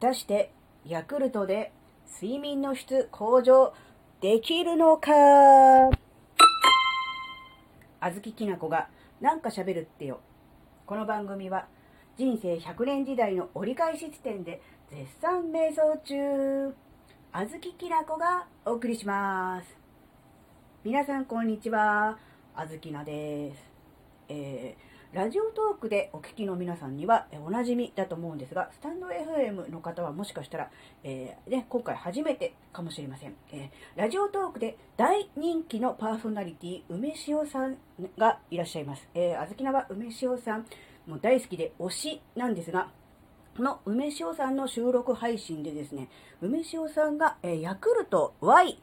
たしてヤクルトで睡眠の質向上できるのか。あずききなこがなんか喋るってよ。この番組は人生100年時代の折り返し地点で絶賛瞑想中、あずききなこがお送りします。皆さんこんにちは、あずきなです。ラジオトークでお聞きの皆さんにはおなじみだと思うんですが、スタンド FM の方はもしかしたら、今回初めてかもしれません。ラジオトークで大人気のパーソナリティ梅塩さんがいらっしゃいます。あずきなは梅塩さんも大好きで推しなんですが、この梅塩さんの収録配信でですね、梅塩さんが、ヤクルト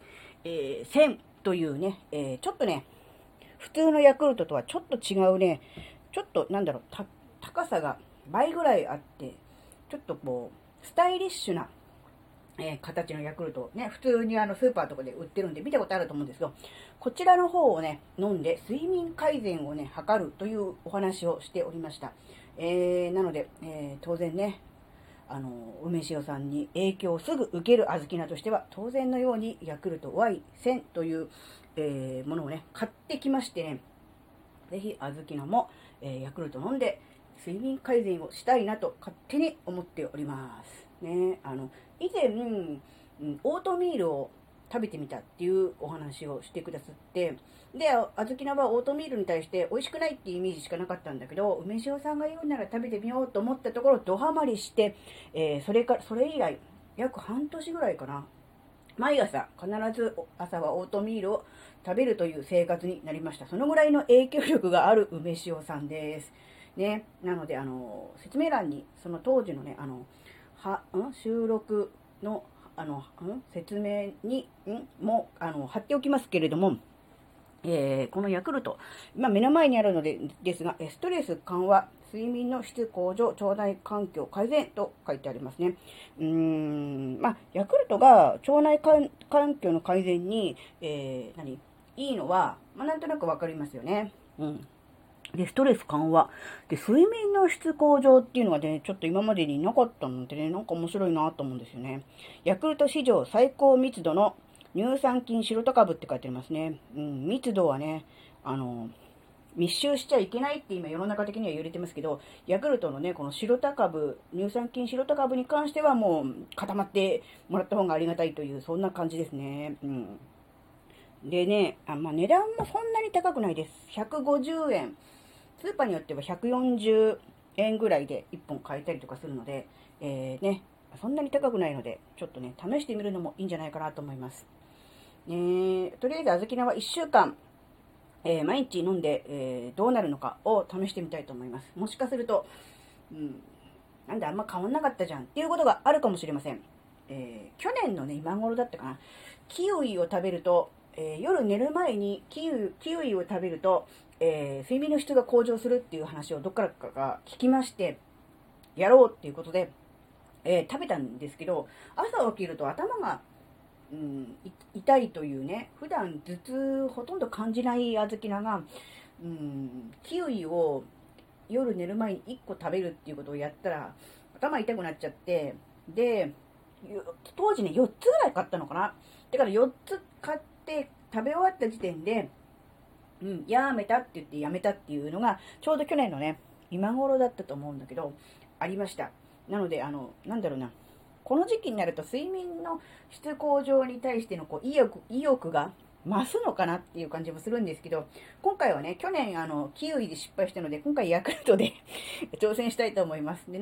Y1000 というね、ちょっとね、普通のヤクルトとはちょっと違うね、ちょっと高さが倍ぐらいあって、ちょっとこう、スタイリッシュな、形のヤクルトね、普通にスーパーとかで売ってるんで見たことあると思うんですけど、こちらの方をね、飲んで睡眠改善をね、図るというお話をしておりました。なので、当然ね、梅塩さんに影響をすぐ受けるあずきなとしては、当然のようにヤクルト Y1000 という、ものをね、買ってきましてね、ぜひあずきなも、ヤクルト飲んで睡眠改善をしたいなと勝手に思っておりますね。以前、オートミールを食べてみたっていうお話をしてくださって、で、あずきなはオートミールに対して美味しくないっていうイメージしかなかったんだけど、梅塩さんが言うなら食べてみようと思ったところドハマりして、それ以来約半年ぐらいかな、毎朝必ず朝はオートミールを食べるという生活になりました。そのぐらいの影響力がある梅塩さんです。ね、なので説明欄にその当時のね収録の説明にも貼っておきますけれども、このヤクルト、今目の前にあるのですが、ストレス緩和、睡眠の質向上、腸内環境改善と書いてありますね。ヤクルトが腸内環境の改善に、いいのは、なんとなくわかりますよね。で、ストレス緩和。で、睡眠の質向上っていうのがね、ちょっと今までになかったのでね、なんか面白いなと思うんですよね。ヤクルト史上最高密度の乳酸菌シロタ株って書いてありますね。密度はね、密集しちゃいけないって今世の中的には言われてますけど、ヤクルトのね、このシロタ株、乳酸菌シロタ株に関してはもう固まってもらった方がありがたいという、そんな感じですね。でね、値段もそんなに高くないです。150円。スーパーによっては140円ぐらいで1本買えたりとかするので、そんなに高くないので、ちょっとね、試してみるのもいいんじゃないかなと思います。とりあえず、あずきなは1週間、毎日飲んで、どうなるのかを試してみたいと思います。もしかすると、なんであんま変わんなかったじゃんっていうことがあるかもしれません。去年のね、今頃だったかな、キウイを食べると、夜寝る前にキウイを食べると、睡眠の質が向上するっていう話をどっからかが聞きまして、やろうっていうことで、食べたんですけど、朝起きると頭が、痛いというね、普段頭痛ほとんど感じないあずきなが、キウイを夜寝る前に1個食べるっていうことをやったら、頭痛くなっちゃって、で、当時ね、4つぐらい買ったのかな。だから4つ買って食べ終わった時点で、やめたって言ってやめたっていうのが、ちょうど去年のね、今頃だったと思うんだけど、ありました。なので、この時期になると睡眠の質向上に対しての意欲が増すのかなっていう感じもするんですけど、今回はね、去年キウイで失敗したので、今回ヤクルトで挑戦したいと思います。で、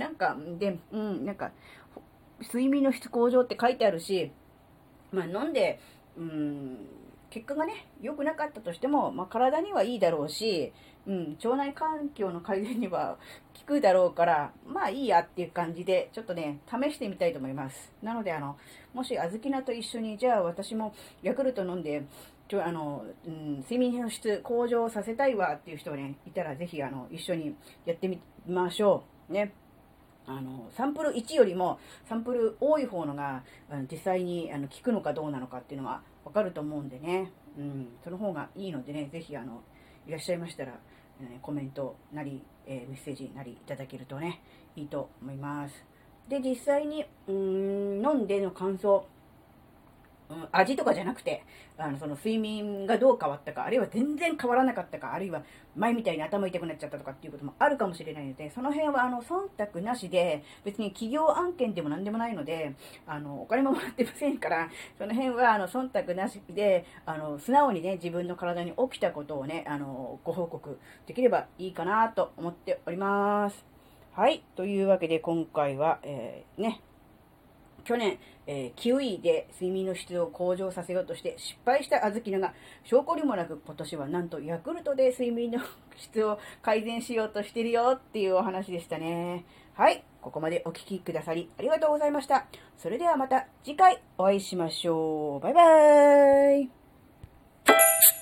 睡眠の質向上って書いてあるし、飲んで、結果がね、良くなかったとしても、体にはいいだろうし、腸内環境の改善には効くだろうから、いいやっていう感じで、ちょっとね、試してみたいと思います。なので、もし、あずきなと一緒に、じゃあ私もヤクルト飲んで、睡眠の質向上させたいわっていう人がね、いたら、ぜひ、一緒にやってみましょう。ね。サンプル1よりもサンプル多い方のが実際に効くのかどうなのかっていうのはわかると思うんでね、その方がいいのでね、ぜひいらっしゃいましたら、コメントなり、メッセージなりいただけるとね、いいと思います。 で、実際に、飲んでの感想、味とかじゃなくて、その睡眠がどう変わったか、あるいは全然変わらなかったか、あるいは前みたいに頭痛くなっちゃったとかっていうこともあるかもしれないので、その辺は忖度なしで、別に企業案件でも何でもないので、お金ももらってませんから、その辺は忖度なしで、素直にね、自分の体に起きたことをね、ご報告できればいいかなと思っております。はい。というわけで今回は、去年、キウイで睡眠の質を向上させようとして失敗したあずきのが、証拠にもなく今年はなんとヤクルトで睡眠の質を改善しようとしてるよっていうお話でしたね。はい。ここまでお聞きくださりありがとうございました。それではまた次回お会いしましょう。バイバーイ。